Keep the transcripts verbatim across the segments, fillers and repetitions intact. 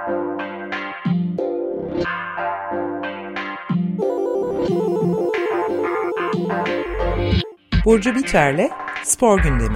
Burcu Biterle Spor Gündemi.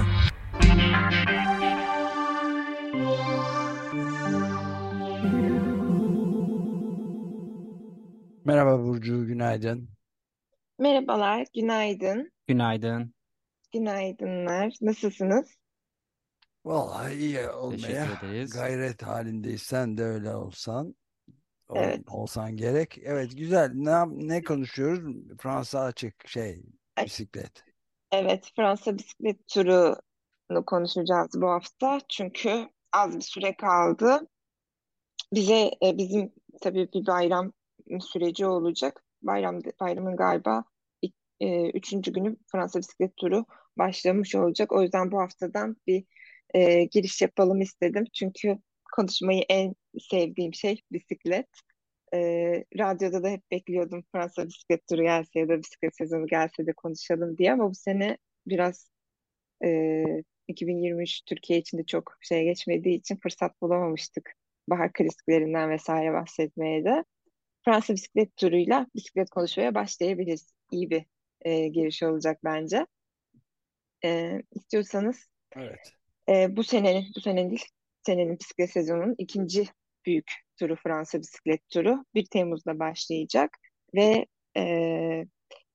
Merhaba Burcu, günaydın. Merhabalar, günaydın. Günaydın. Günaydınlar. Nasılsınız? Vallahi iyi Teşekkür olmaya ederiz. gayret halindeyiz. Sen de öyle olsan, ol- Evet. olsan gerek. Evet, güzel. Ne, yap- ne konuşuyoruz? Fransa açık şey, Ay, bisiklet. Evet, Fransa bisiklet turunu konuşacağız bu hafta. Çünkü az bir süre kaldı. Bize e, bizim tabii bir bayram süreci olacak. Bayram bayramın galiba ilk, e, üçüncü günü Fransa bisiklet turu başlamış olacak. O yüzden bu haftadan bir e, giriş yapalım istedim. Çünkü konuşmayı en sevdiğim şey bisiklet. Ee, radyoda da hep bekliyordum Fransa bisiklet turu gelse ya da bisiklet sezonu gelse de konuşalım diye ama bu sene biraz e, iki bin yirmi üç Türkiye için de çok şey geçmediği için fırsat bulamamıştık. Bahar klasiklerinden vesaire bahsetmeye de. Fransa bisiklet turuyla bisiklet konuşmaya başlayabiliriz. İyi bir e, giriş olacak bence. E, istiyorsanız Evet. e, bu senenin, bu senenin değil, senenin bisiklet sezonunun ikinci büyük turu Fransa bisiklet turu bir Temmuz'da başlayacak ve e,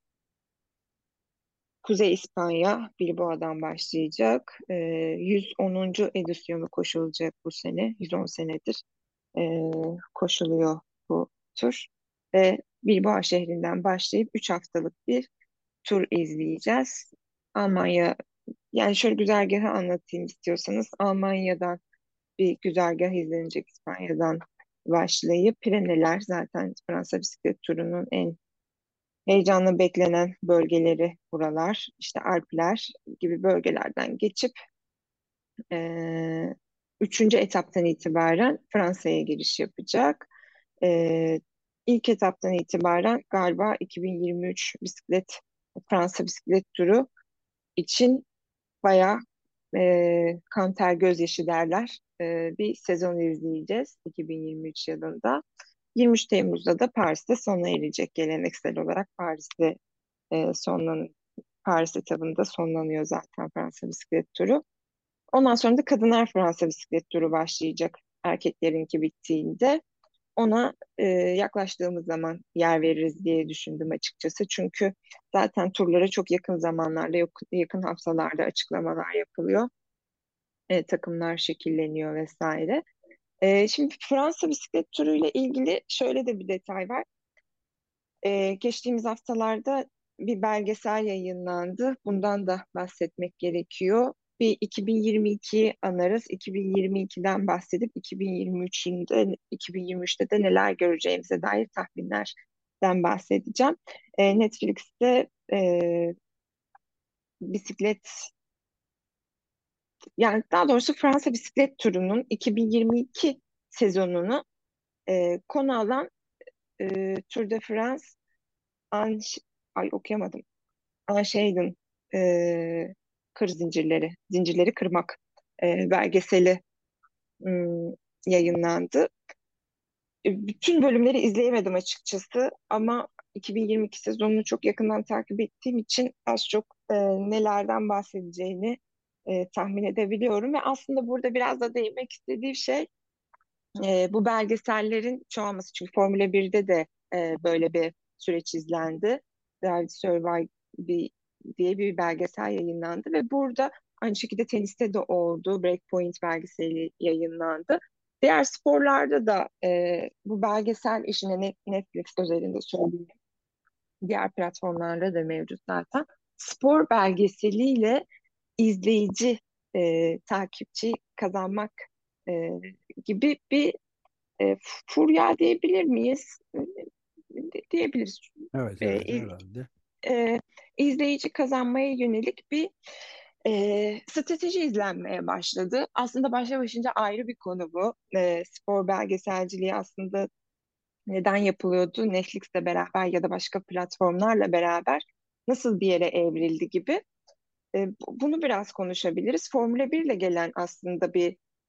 Kuzey İspanya Bilbao'dan başlayacak. E, yüz onuncu edisyonu koşulacak bu sene. yüz on senedir e, koşuluyor bu tur ve Bilbao şehrinden başlayıp üç haftalık bir tur izleyeceğiz. Almanya, yani şöyle güzergahı anlatayım istiyorsanız. Almanya'dan bir güzergah izlenecek, İspanya'dan başlayıp Pireneler, zaten Fransa bisiklet turunun en heyecanla beklenen bölgeleri buralar. İşte Alpler gibi bölgelerden geçip eee, üçüncü etaptan itibaren Fransa'ya giriş yapacak. Eee ilk etaptan itibaren galiba iki bin yirmi üç bisiklet Fransa bisiklet turu için bayağı e, kan ter gözyaşı derler. E, bir sezon izleyeceğiz iki bin yirmi üç yılında. yirmi üç Temmuz'da da Paris'te sona erecek, geleneksel olarak Paris'te e, sonlan Paris etabında sonlanıyor zaten Fransa bisiklet turu. Ondan sonra da kadınlar Fransa bisiklet turu başlayacak, erkeklerinki bittiğinde. Ona e, yaklaştığımız zaman yer veririz diye düşündüm açıkçası. Çünkü zaten turlara çok yakın zamanlarda, yok- yakın haftalarda açıklamalar yapılıyor. E, takımlar şekilleniyor vesaire. E, şimdi Fransa bisiklet turuyla ilgili şöyle de bir detay var. E, geçtiğimiz haftalarda bir belgesel yayınlandı. Bundan da bahsetmek gerekiyor. Bir iki bin yirmi ikiyi anarız. iki bin yirmi ikiden bahsedip iki bin yirmi üçün de, iki bin yirmi üçte de neler göreceğimize dair tahminlerden bahsedeceğim. E, Netflix'te e, bisiklet, yani daha doğrusu Fransa bisiklet turunun iki bin yirmi iki sezonunu e, konu alan e, Tour de France Anş ay okuyamadım. Anşeydin e, Kır Zincirleri, Zincirleri Kırmak e, belgeseli m, yayınlandı. E, bütün bölümleri izleyemedim açıkçası ama iki bin yirmi iki sezonunu çok yakından takip ettiğim için az çok e, nelerden bahsedeceğini e, tahmin edebiliyorum ve aslında burada biraz da değinmek istediğim şey e, bu belgesellerin çoğalması. Çünkü Formula birde de e, böyle bir süreç izlendi. Drive to Survive bir, diye bir belgesel yayınlandı ve burada aynı şekilde teniste de oldu. Breakpoint belgeseli yayınlandı. Diğer sporlarda da e, bu belgesel işine Net- Netflix özelinde söyleyeyim. Diğer platformlarda da mevcut zaten. Spor belgeseliyle izleyici, e, takipçi kazanmak e, gibi bir e, furya diyebilir miyiz? E, diyebiliriz. Evet, E, evet, iz- herhalde. e, izleyici kazanmaya yönelik bir e, strateji izlenmeye başladı. Aslında başlı başınca ayrı bir konu bu. E, spor belgeselciliği aslında neden yapılıyordu? Netflix'le beraber ya da başka platformlarla beraber nasıl bir yere evrildi gibi. E, bu- bunu biraz konuşabiliriz. Formula bir ile gelen aslında bir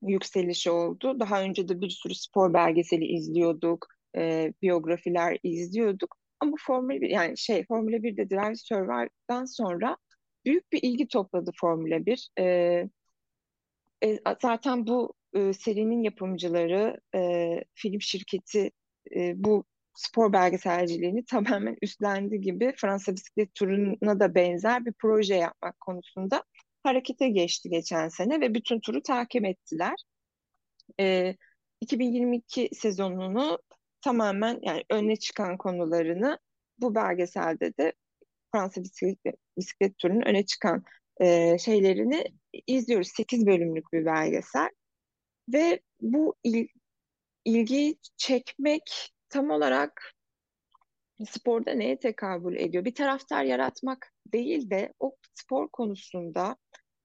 yükselişi oldu. Daha önce de bir sürü spor belgeseli izliyorduk, e, biyografiler izliyorduk. Ama Formula bir yani şey Formula birde Drive to Survive'dan sonra büyük bir ilgi topladı Formula bir. E, e, zaten bu e, serinin yapımcıları, e, film şirketi e, bu spor belgeselciliğini tamamen üstlendi gibi Fransa Bisiklet Turu'na da benzer bir proje yapmak konusunda harekete geçti geçen sene ve bütün turu takip ettiler. E, iki bin yirmi iki sezonunu tamamen yani öne çıkan konularını bu belgeselde de Fransa bisiklet, bisiklet turunun öne çıkan e, şeylerini izliyoruz. Sekiz bölümlük bir belgesel ve bu il, ilgiyi çekmek tam olarak sporda neye tekabül ediyor? Bir taraftar yaratmak değil de o spor konusunda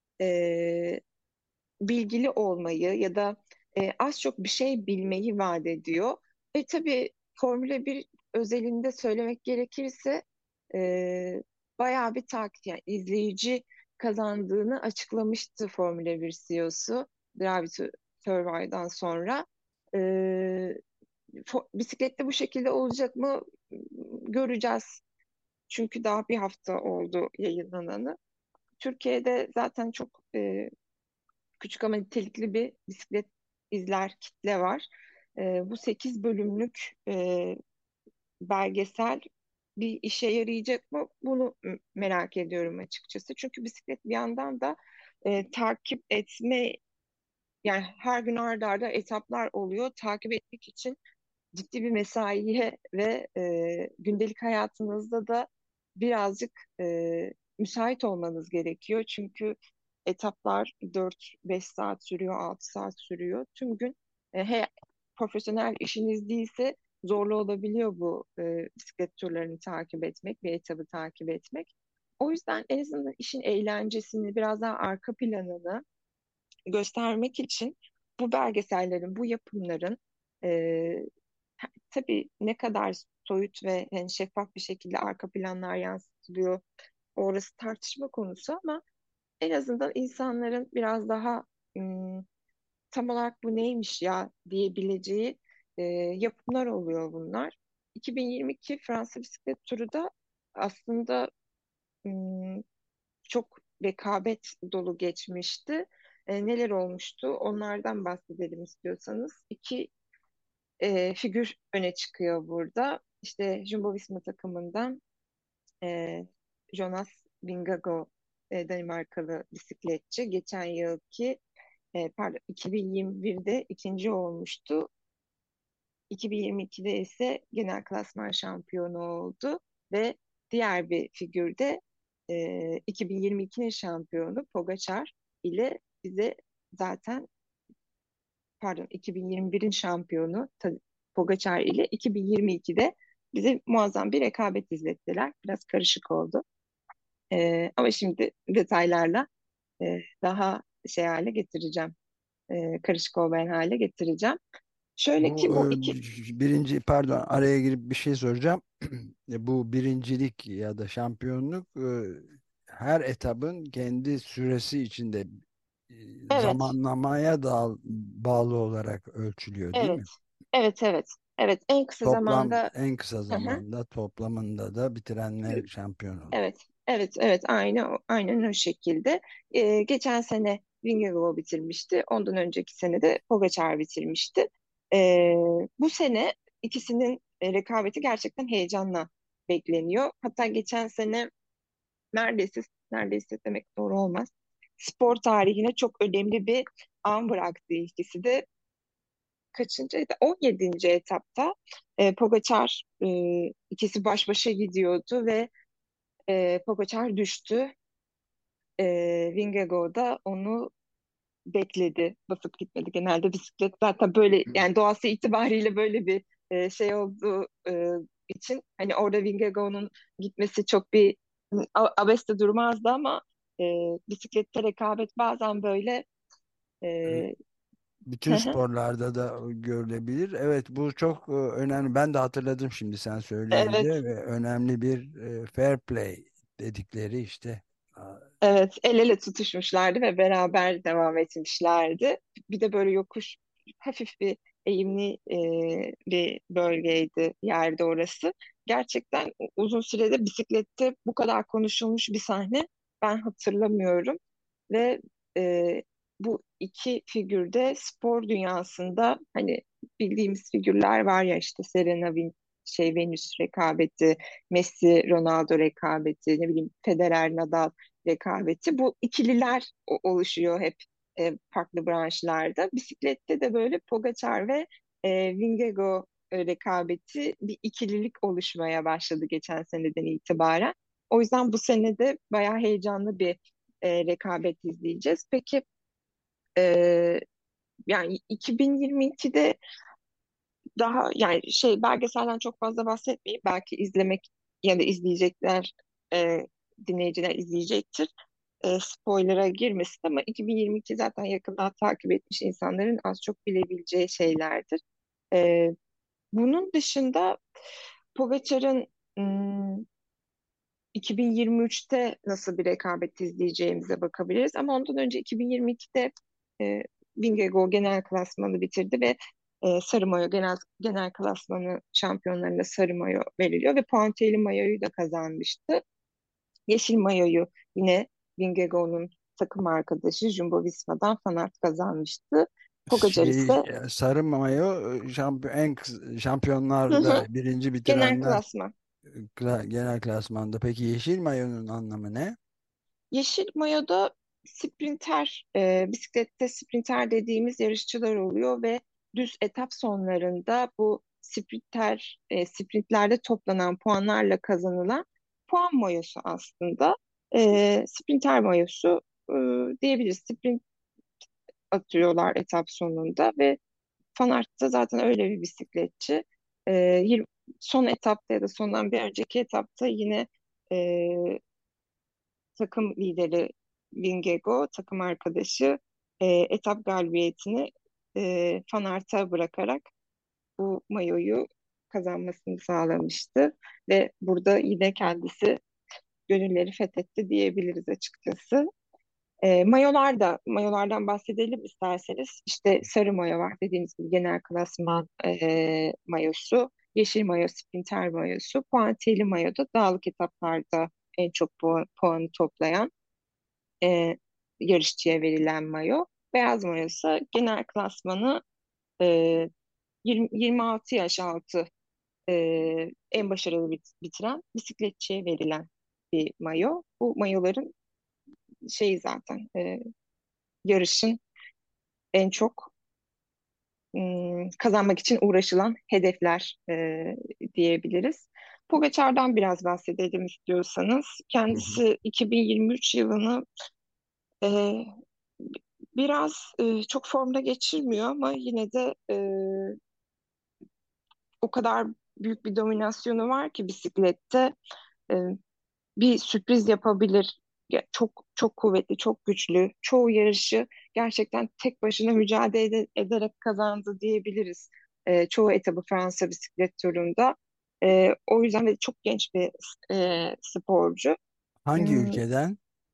e, bilgili olmayı ya da e, az çok bir şey bilmeyi vaat ediyor. E tabii Formula bir özelinde söylemek gerekirse e, bayağı bir takip yani izleyici kazandığını açıklamıştı Formula bir C E O'su Drive to Survive'dan sonra. E, fo- Bisiklette bu şekilde olacak mı göreceğiz. Çünkü daha bir hafta oldu yayınlanalı. Türkiye'de zaten çok e, küçük ama nitelikli bir bisiklet izler kitle var. E, bu sekiz bölümlük e, belgesel bir işe yarayacak mı? Bunu m- merak ediyorum açıkçası. Çünkü bisiklet bir yandan da e, takip etme yani her gün arda arda etaplar oluyor. Takip etmek için ciddi bir mesaiye ve e, gündelik hayatınızda da birazcık e, müsait olmanız gerekiyor. Çünkü etaplar dört beş saat sürüyor, altı saat sürüyor. Tüm gün e, he, profesyonel işiniz değilse zorlu olabiliyor bu e, bisiklet turlarını takip etmek, bir etabı takip etmek. O yüzden en azından işin eğlencesini, biraz daha arka planını göstermek için bu belgesellerin, bu yapımların e, tabii ne kadar soyut ve yani şeffaf bir şekilde arka planlar yansıtılıyor, orası tartışma konusu ama en azından insanların biraz daha ım, tam olarak bu neymiş ya diyebileceği e, yapımlar oluyor bunlar. iki bin yirmi iki Fransa Bisiklet Turu da aslında ım, çok rekabet dolu geçmişti. E, neler olmuştu? Onlardan bahsedelim istiyorsanız. İki e, figür öne çıkıyor burada. İşte Jumbo-Visma takımından e, Jonas Vingegaard, e, Danimarkalı bisikletçi. Geçen yılki e, pardon iki bin yirmi birde ikinci olmuştu. iki bin yirmi ikide ise genel klasman şampiyonu oldu ve diğer bir figürde e, iki bin yirmi ikinin şampiyonu Pogačar ile bize zaten pardon iki bin yirmi birin şampiyonu Ta- Pogačar ile iki bin yirmi ikide bize muazzam bir rekabet izlettiler. Biraz karışık oldu. E, ama şimdi detaylarla e, daha şey hale getireceğim. E, karışık olmayan hale getireceğim. Şöyle ki Bu bu e, iki birinci pardon araya girip bir şey soracağım. E, Bu birincilik ya da şampiyonluk e, her etabın kendi süresi içinde e, evet. zamanlamaya da bağlı olarak ölçülüyor değil Evet, mi? evet, evet. Evet, en kısa Toplam zamanda en kısa hı hı, zamanda toplamında da bitirenler şampiyon oluyor. evet, evet, evet, aynı, aynen o şekilde. Ee, geçen sene Vingegaard bitirmişti. Ondan önceki sene de Pogačar bitirmişti. Ee, Bu sene ikisinin e, rekabeti gerçekten heyecanla bekleniyor. Hatta geçen sene neredeyse, neredeyse demek doğru olmaz. Spor tarihine çok önemli bir an bıraktı ikisi de. Kaçıncı etap? on yedinci etapta e, Pogačar e, ikisi baş başa gidiyordu ve e, Pogačar düştü. E, Vingegaard da onu bekledi. Basıp gitmedi. Genelde bisiklet zaten böyle yani doğası itibariyle böyle bir e, şey olduğu e, için hani orada Vingegaard'un gitmesi çok bir a- abeste durmazdı ama e, bisiklette rekabet bazen böyle e, Bütün sporlarda da görülebilir. Evet, bu çok e, önemli. Ben de hatırladım şimdi sen söyleyince evet, ve önemli bir e, fair play dedikleri işte Evet, el ele tutuşmuşlardı ve beraber devam etmişlerdi. Bir de böyle yokuş, hafif bir eğimli e, bir bölgeydi, yerde orası. Gerçekten uzun süredir bisiklette bu kadar konuşulmuş bir sahne ben hatırlamıyorum. Ve e, bu iki figürde spor dünyasında hani bildiğimiz figürler var ya, işte Serena Win- şey Venüs rekabeti, Messi Ronaldo rekabeti, ne bileyim Federer Nadal rekabeti. Bu ikililer o- oluşuyor hep e, farklı branşlarda. Bisiklette de böyle Pogacar ve e, Vingegaard e, rekabeti, bir ikililik oluşmaya başladı geçen seneden itibaren. O yüzden bu sene de bayağı heyecanlı bir e, rekabet izleyeceğiz. Peki e, yani iki bin yirmi ikide daha yani şey belgeselden çok fazla bahsetmeyeyim. Belki izlemek ya da izleyecekler, e, dinleyiciler izleyecektir. E, spoiler'a girmesin ama iki bin yirmi iki zaten yakından takip etmiş insanların az çok bilebileceği şeylerdir. E, Bunun dışında Pogacar'ın hmm, iki bin yirmi üçte nasıl bir rekabet izleyeceğimize bakabiliriz. Ama ondan önce iki bin yirmi ikide e, Vingegaard genel klasmanı bitirdi ve e, sarı mayo genel genel klasmanı şampiyonlarında sarı mayo veriliyor ve puantiyeli mayoyu da kazanmıştı. Yeşil mayoyu yine Vingegaard'un takım arkadaşı Jumbo Visma'dan Van Aert kazanmıştı. Pogacar Şey, ise e, sarı mayo e, şampiyon, en kıs- şampiyonlarda birinci genel bitirenler klasman. e, kla- genel klasmanda. Peki yeşil mayonun anlamı ne? Yeşil mayoda sprinter, e, bisiklette sprinter dediğimiz yarışçılar oluyor ve düz etap sonlarında bu sprinter, e, sprintlerde toplanan puanlarla kazanılan puan mayosu aslında. E, sprinter mayosu e, diyebiliriz. Sprint atıyorlar etap sonunda ve Van Aert da zaten öyle bir bisikletçi. E, yirmi son etapta ya da sondan bir önceki etapta yine e, takım lideri Vingegaard, takım arkadaşı e, etap galibiyetini e, Van Aert'a bırakarak bu mayoyu kazanmasını sağlamıştı. Ve burada yine kendisi gönülleri fethetti diyebiliriz açıkçası. E, mayolar da, mayolardan bahsedelim isterseniz. İşte sarı mayo var dediğiniz gibi, genel klasman e, mayosu. Yeşil mayo sprinter mayosu. Puantiyeli mayo da dağlık etaplarda en çok puan, puanı toplayan e, yarışçıya verilen mayo. Beyaz mayo ise genel klasmanı e, yirmi, yirmi altı yaş altı e, en başarılı bit- bitiren bisikletçiye verilen bir mayo. Bu mayoların şeyi zaten e, yarışın en çok m, kazanmak için uğraşılan hedefler e, diyebiliriz. Pogacar'dan biraz bahsedelim istiyorsanız. Hı hı. Kendisi iki bin yirmi üç yılını e, biraz e, çok formda geçirmiyor ama yine de e, o kadar büyük bir dominasyonu var ki bisiklette, e, bir sürpriz yapabilir. Ya, çok çok kuvvetli, çok güçlü. Çoğu yarışı gerçekten tek başına mücadele ede- ederek kazandı diyebiliriz. E, çoğu etabı Fransa bisiklet turunda. E, o yüzden de çok genç bir e, sporcu. Hangi Hmm, ülkeden?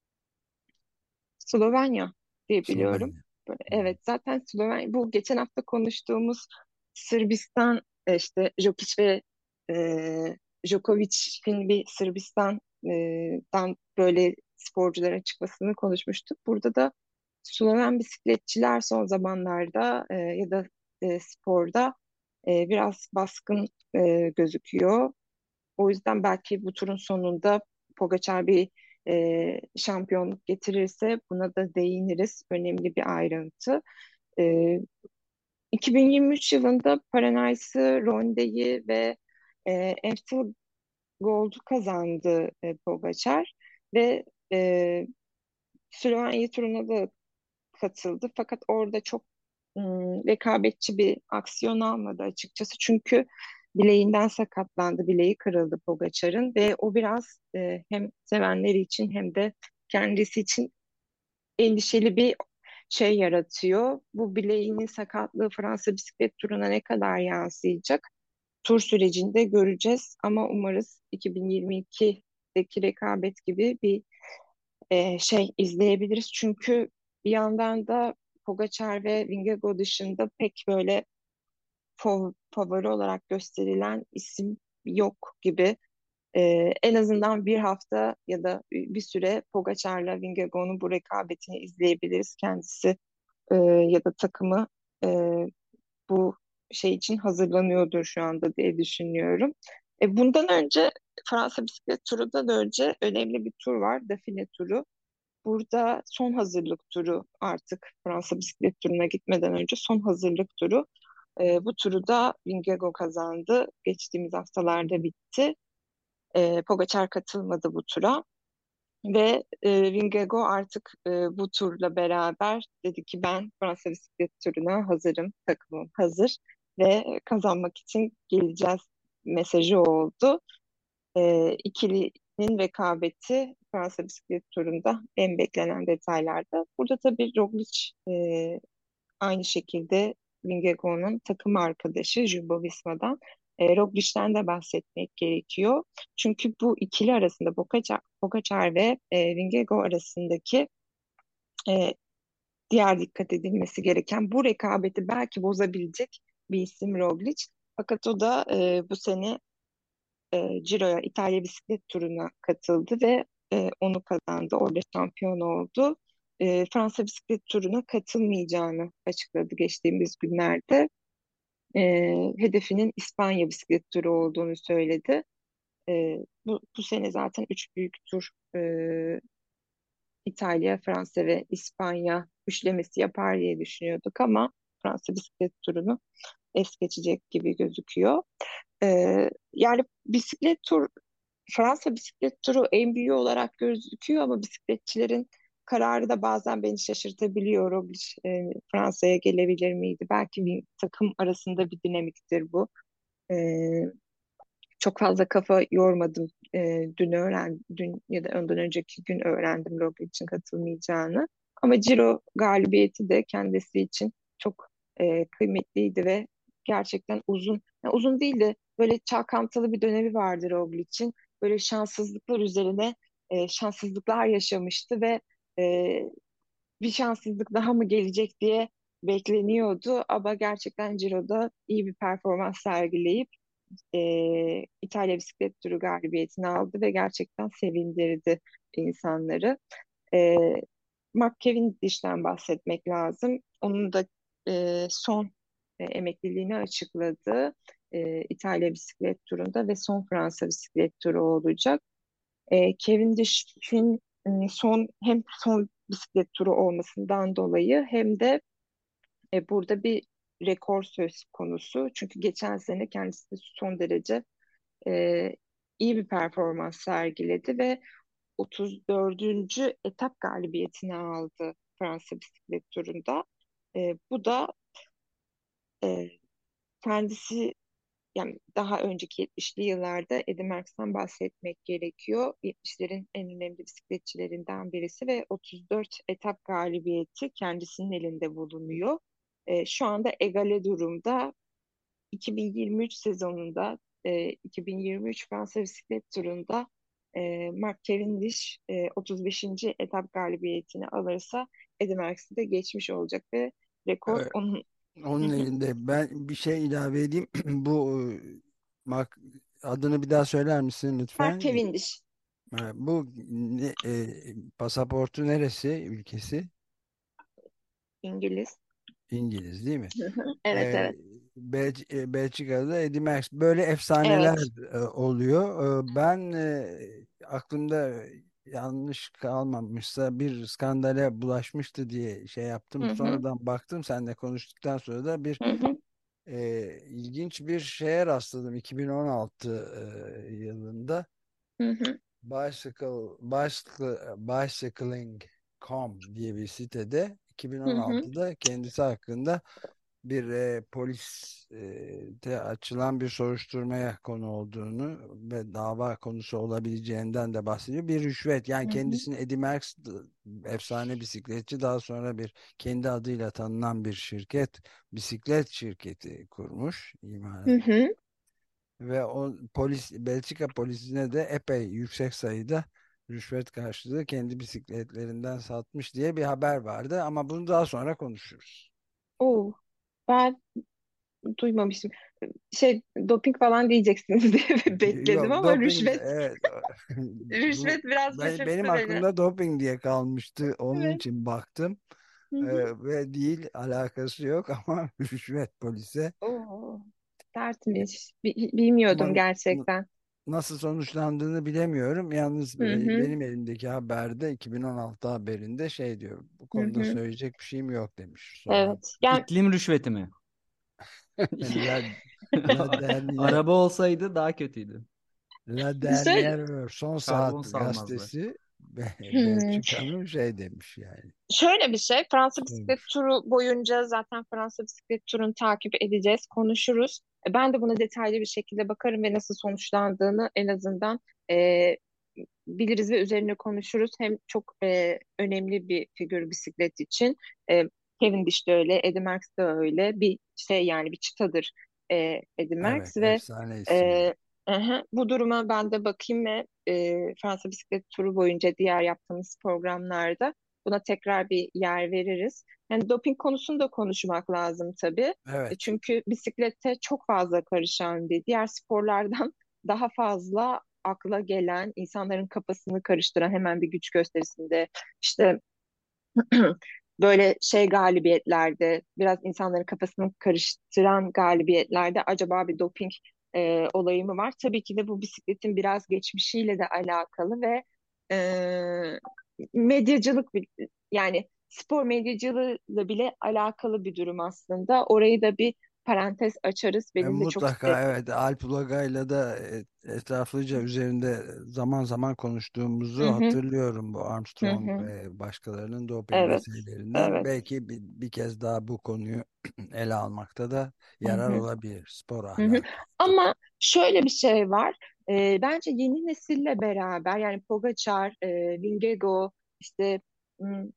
Slovenya diye biliyorum. Slovenya. Böyle, Hı. evet, zaten Slovenya, bu geçen hafta konuştuğumuz Sırbistan, e, işte Jokic ve e, Djokovic'in bir Sırbistan'dan böyle sporcuların çıkmasını konuşmuştuk. Burada da Sloven bisikletçiler son zamanlarda e, ya da e, sporda e, biraz baskın e, gözüküyor. O yüzden belki bu turun sonunda Pogacar bir e, şampiyonluk getirirse buna da değiniriz. Önemli bir ayrıntı. E, iki bin yirmi üç yılında Paranaysı, Ronde'yi ve e, Amstel Gold'u kazandı e, Pogacar ve e, Slovenya turuna da katıldı. Fakat orada çok ım, rekabetçi bir aksiyon almadı açıkçası. Çünkü bileğinden sakatlandı, bileği kırıldı Pogacar'ın ve o biraz e, hem sevenleri için hem de kendisi için endişeli bir şey yaratıyor. Bu bileğinin sakatlığı Fransa bisiklet turuna ne kadar yansıyacak? Tur sürecinde göreceğiz ama umarız iki bin yirmi ikideki rekabet gibi bir e, şey izleyebiliriz. Çünkü bir yandan da Pogacar ve Vingegaard dışında pek böyle fav- favori olarak gösterilen isim yok gibi. Ee, en azından bir hafta ya da bir süre Pogacar'la Vingegaard'un bu rekabetini izleyebiliriz. Kendisi e, ya da takımı e, bu şey için hazırlanıyordur şu anda diye düşünüyorum. E, bundan önce Fransa bisiklet turundan önce önemli bir tur var. Dauphiné turu. Burada son hazırlık turu, artık Fransa bisiklet turuna gitmeden önce son hazırlık turu. E, bu turu da Vingegaard kazandı. Geçtiğimiz haftalarda bitti. E, Pogacar katılmadı bu tura ve e, Vingego artık e, bu turla beraber dedi ki ben Fransa bisiklet turuna hazırım, takımım hazır ve kazanmak için geleceğiz mesajı oldu. E, ikilinin rekabeti Fransa bisiklet turunda en beklenen detaylarda. Burada tabii Roglic e, aynı şekilde Vingegaard'un takım arkadaşı Jumbo-Visma'dan e, Roglic'ten de bahsetmek gerekiyor. Çünkü bu ikili arasında Pogacar, Pogacar ve e, Vingegaard arasındaki e, diğer dikkat edilmesi gereken bu rekabeti belki bozabilecek bir isim Roglic. Fakat o da e, bu sene e, Ciro'ya, İtalya bisiklet turuna katıldı ve e, onu kazandı. Orada şampiyon oldu. E, Fransa bisiklet turuna katılmayacağını açıkladı geçtiğimiz günlerde. E, hedefinin İspanya bisiklet turu olduğunu söyledi. E, bu, bu sene zaten üç büyük tur e, İtalya, Fransa ve İspanya üçlemesi yapar diye düşünüyorduk ama Fransa bisiklet turunu es geçecek gibi gözüküyor. E, yani bisiklet tur Fransa bisiklet turu en büyüğü olarak gözüküyor ama bisikletçilerin kararı da bazen beni şaşırtabiliyor. Roglic e, Fransa'ya gelebilir miydi? Belki bir takım arasında bir dinamiktir bu. E, çok fazla kafa yormadım. E, dün öğrendim, dün ya da ondan önceki gün öğrendim Roglic'in katılmayacağını. Ama Ciro galibiyeti de kendisi için çok e, kıymetliydi ve gerçekten uzun, yani uzun değil de böyle çalkantılı bir dönemi vardı Roglic'in. Böyle şanssızlıklar üzerine e, şanssızlıklar yaşamıştı ve e, bir şanssızlık daha mı gelecek diye bekleniyordu. Ama gerçekten Ciro'da iyi bir performans sergileyip e, İtalya bisiklet turu galibiyetini aldı ve gerçekten sevindirdi insanları. E, Mark Cavendish'ten bahsetmek lazım. Onun da e, son e, emekliliğini açıkladı. E, İtalya bisiklet turunda ve son Fransa bisiklet turu olacak. E, Cavendish'in e, son hem son bisiklet turu olmasından dolayı hem de e, burada bir rekor söz konusu. Çünkü geçen sene kendisi de son derece e, iyi bir performans sergiledi ve otuz dördüncü etap galibiyetini aldı Fransa bisiklet turunda. E, bu da e, kendisi, yani daha önceki yetmişli yıllarda Eddy Merckx'ten bahsetmek gerekiyor. yetmişlerin en önemli bisikletçilerinden birisi ve otuz dört etap galibiyeti kendisinin elinde bulunuyor. E, şu anda egale durumda. iki bin yirmi üç sezonunda e, iki bin yirmi üç Fransa bisiklet turunda e, Mark Cavendish e, otuz beşinci etap galibiyetini alırsa Eddy Merckx'i de geçmiş olacak ve rekor Evet, onun. Hı onun hı. elinde. Ben bir şey ilave edeyim. Bu e, Mark, adını bir daha söyler misin Mark lütfen? Cavendish, E, Bu ne- e, pasaportu neresi, ülkesi? İngiliz. İngiliz değil mi? Hı hı. Evet, e, evet. Belç e, Belçika'da Eddy Merckx böyle efsaneler Evet. e, oluyor. E, ben e, aklımda yanlış kalmamışsa bir skandale bulaşmıştı diye şey yaptım. Hı hı. Sonradan baktım seninle konuştuktan sonra da bir Hı hı. e, ilginç bir şeye rastladım iki bin on altı e, yılında. Hı hı. Bicycle, bicycle, bicycling nokta com diye bir sitede Hı hı. iki bin on altıda kendisi hakkında bir e, polis e, de açılan bir soruşturmaya konu olduğunu ve dava konusu olabileceğinden de bahsediyor. Bir rüşvet, yani Hı hı. kendisini Eddy Merckx, efsane bisikletçi, daha sonra bir kendi adıyla tanınan bir şirket, bisiklet şirketi kurmuş, Hı imalat. hı. Ve o polis, Belçika polisine de epey yüksek sayıda rüşvet karşılığı kendi bisikletlerinden satmış diye bir haber vardı ama bunu daha sonra konuşuruz. Oo, ben duymamıştım. Şey, doping falan diyeceksiniz diye bekledim Yok, ama doping, rüşvet evet. Bu rüşvet biraz ben- benim şaşırttı beni. aklımda doping diye kalmıştı. Onun Evet. için baktım. Hı Ee, hı. ve değil, alakası yok ama rüşvet polise. Oo, sertmiş. Bi- bilmiyordum Ama n- gerçekten. nasıl sonuçlandığını bilemiyorum. Yalnız Hı e, hı. benim elimdeki haberde iki bin on altı haberinde şey diyor. Bu Hı konuda hı. söyleyecek bir şeyim yok demiş soran. Evet. Yani İklim rüşveti mi? La, La Dernière, Araba olsaydı daha kötüydü. La şöyle, Dernière Heure, Son Saat Karbon salmazlar. gazetesi Be- hmm, Belçika'nın şey demiş yani. şöyle bir şey. Fransa bisiklet Şeymiş. turu boyunca zaten Fransa bisiklet turunu takip edeceğiz, konuşuruz. E, Ben de buna detaylı bir şekilde bakarım ve nasıl sonuçlandığını en azından e, biliriz ve üzerine konuşuruz. Hem çok e, önemli bir figür bisiklet için. E, Cavendish de öyle, Eddy Merckx de öyle. Bir şey, yani bir çıtadır e, Eddy Merckx Evet, ve efsane isimler. e, aha, bu duruma ben de bakayım ve e, Fransa bisiklet turu boyunca diğer yaptığımız programlarda buna tekrar bir yer veririz. Yani doping konusunu da konuşmak lazım tabii. E, Evet. çünkü bisiklette çok fazla karışan bir diğer sporlardan daha fazla akla gelen, insanların kafasını karıştıran hemen bir güç gösterisinde işte böyle şey galibiyetlerde biraz insanların kafasını karıştıran galibiyetlerde acaba bir doping e, olayı mı var? Tabii ki de bu bisikletin biraz geçmişiyle de alakalı ve e, medyacılık bir- yani spor medyacılığıyla bile alakalı bir durum aslında. Orayı da bir parantez açarız. E, Benim de çok e, mutlaka, evet, Alp Ulagay'la da e, etraflıca üzerinde zaman zaman konuştuğumuzu hı hı, hatırlıyorum, bu hı Armstrong hı. ve başkalarının doping Evet, meselelerinden. evet. Belki bir, bir kez daha bu konuyu ele almakta da Hı yarar hı. olabilir, spor Hı hı. ahlakı Ama artık. şöyle bir şey var. Ee, bence yeni nesille beraber yani Pogačar, e, Vingegaard, işte m,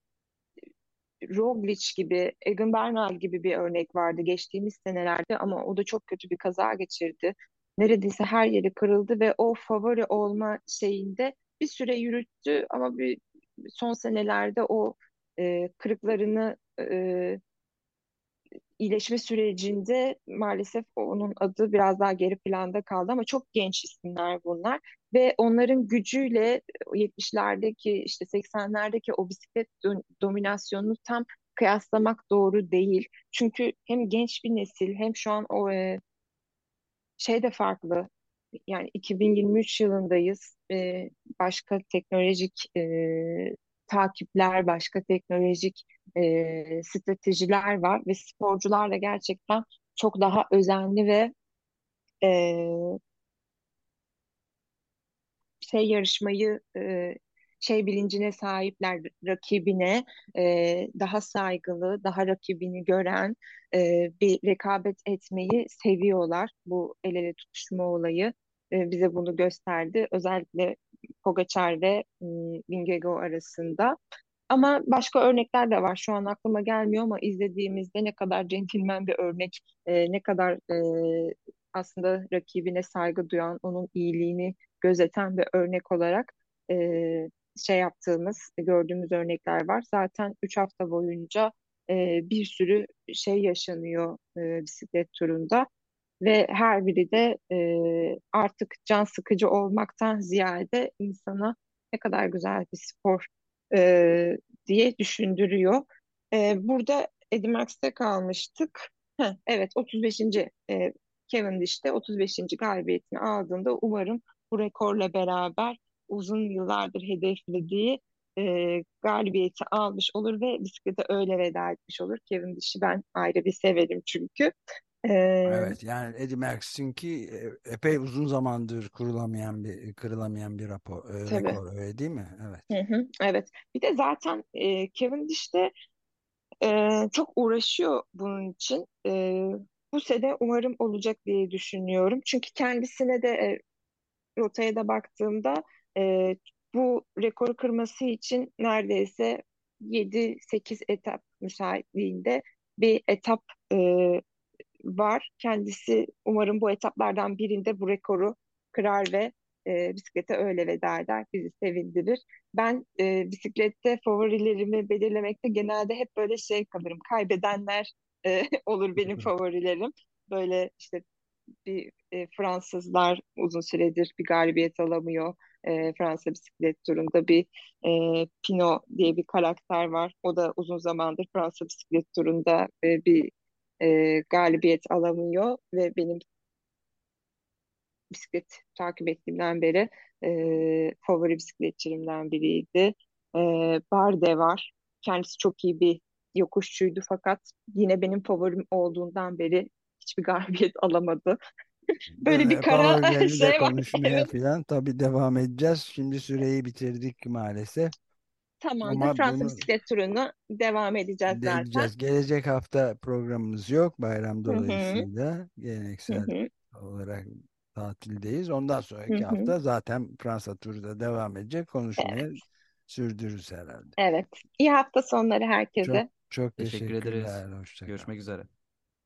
Roglic gibi, Egan Bernal gibi bir örnek vardı geçtiğimiz senelerde ama o da çok kötü bir kaza geçirdi. Neredeyse her yeri kırıldı ve o favori olma şeyinde bir süre yürüttü ama bir son senelerde o e, kırıklarını e, iyileşme sürecinde maalesef onun adı biraz daha geri planda kaldı ama çok genç isimler bunlar ve onların gücüyle yetmişlerdeki işte seksenlerdeki o bisiklet do- dominasyonunu tam kıyaslamak doğru değil. Çünkü hem genç bir nesil hem şu an o e, şey de farklı. Yani iki bin yirmi üç yılındayız. Ee, başka teknolojik e, takipler, başka teknolojik e, stratejiler var ve sporcular da gerçekten çok daha özenli ve e, şey yarışmayı e, şey bilincine sahipler, rakibine e, daha saygılı, daha rakibini gören e, bir rekabet etmeyi seviyorlar. Bu el ele tutuşma olayı e, bize bunu gösterdi. Özellikle Pogačar ve e, Vingegaard arasında. Ama başka örnekler de var. Şu an aklıma gelmiyor ama izlediğimizde ne kadar centilmen bir örnek, e, ne kadar e, aslında rakibine saygı duyan, onun iyiliğini gözeten bir örnek olarak e, şey yaptığımız, gördüğümüz örnekler var. Zaten üç hafta boyunca e, bir sürü şey yaşanıyor e, bisiklet turunda ve her biri de e, artık can sıkıcı olmaktan ziyade insana ne kadar güzel bir spor e, diye düşündürüyor. E, burada Eddy Merckx'te kalmıştık. Heh, evet, otuz beşinci. E, Cavendish'te otuz beşinci galibiyetini aldığında umarım bu rekorla beraber uzun yıllardır hedeflediği e, galibiyeti almış olur ve bisiklete öyle veda etmiş olur. Cavendish'i ben ayrı bir severim çünkü. E, Evet, yani Eddie Merckx'inki e, epey uzun zamandır kurulamayan bir kırılamayan bir rapor, e, tabii. rekor, öyle değil mi? Evet. Hı hı, evet. Bir de zaten e, Cavendish de e, çok uğraşıyor bunun için. E, bu sene umarım olacak diye düşünüyorum. Çünkü kendisine de e, rotaya da baktığımda e, bu rekoru kırması için neredeyse yedi sekiz etap müsaitliğinde bir etap e, var. Kendisi umarım bu etaplardan birinde bu rekoru kırar ve e, bisiklete öyle veda eder, bizi sevindirir. Ben e, bisiklette favorilerimi belirlemekte genelde hep böyle şey kalırım. Kaybedenler e, olur benim favorilerim. Böyle işte bir e, Fransızlar uzun süredir bir galibiyet alamıyor. E, Fransa bisiklet turunda bir e, Pinot diye bir karakter var. O da uzun zamandır Fransa bisiklet turunda e, bir e, galibiyet alamıyor ve benim bisiklet takip ettiğimden beri e, favori bisikletçilerimden biriydi. E, Barde var. Kendisi çok iyi bir yokuşçuydu fakat yine benim favorim olduğundan beri hiçbir galibiyet alamadı. Böyle bir Böyle kara favorileri de şey var. konuşmaya Evet. filan tabii devam edeceğiz. Şimdi süreyi bitirdik maalesef. Tamamdır. Ama Fransa bunu bisiklet turunu devam edeceğiz zaten. edeceğiz. Gelecek hafta programımız yok. Bayram Hı hı, dolayısıyla hı geleneksel hı, olarak tatildeyiz. Ondan hı sonraki hı. hafta zaten Fransa turu da devam edecek. Evet. Konuşmaya sürdürürüz herhalde. Evet. İyi hafta sonları Çok herkese. çok Teşekkür ederiz. teşekkürler. Hoşça kal. Görüşmek üzere.